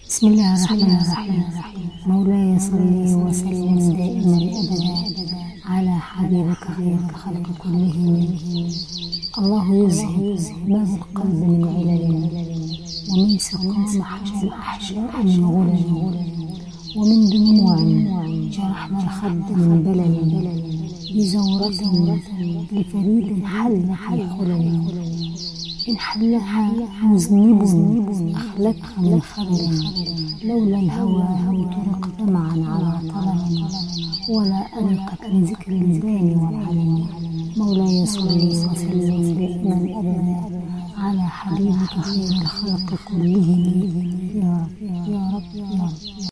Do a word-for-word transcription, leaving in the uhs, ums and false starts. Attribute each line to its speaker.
Speaker 1: بسم الله الرحمن الرحيم. مولاي صل وسلم دائما أبدا على حبيبك خير الخلق كلهم. الله يذهب ما في القلب من علل، ومن سقام حشى الأحشاء من غلل، ومن دموع جرحنا الخد من بلل، بزورة لفريد حل الحلل. إن حلها مذنب أخلتها من خبل، لولا الهوى طرقت معا على طلل، ولا ألقت لذكر البان والعلم. مولاي صل وسلم دائما أبدا على حبيبك خير الخلق كلهم. يا رب يا رب يا رب.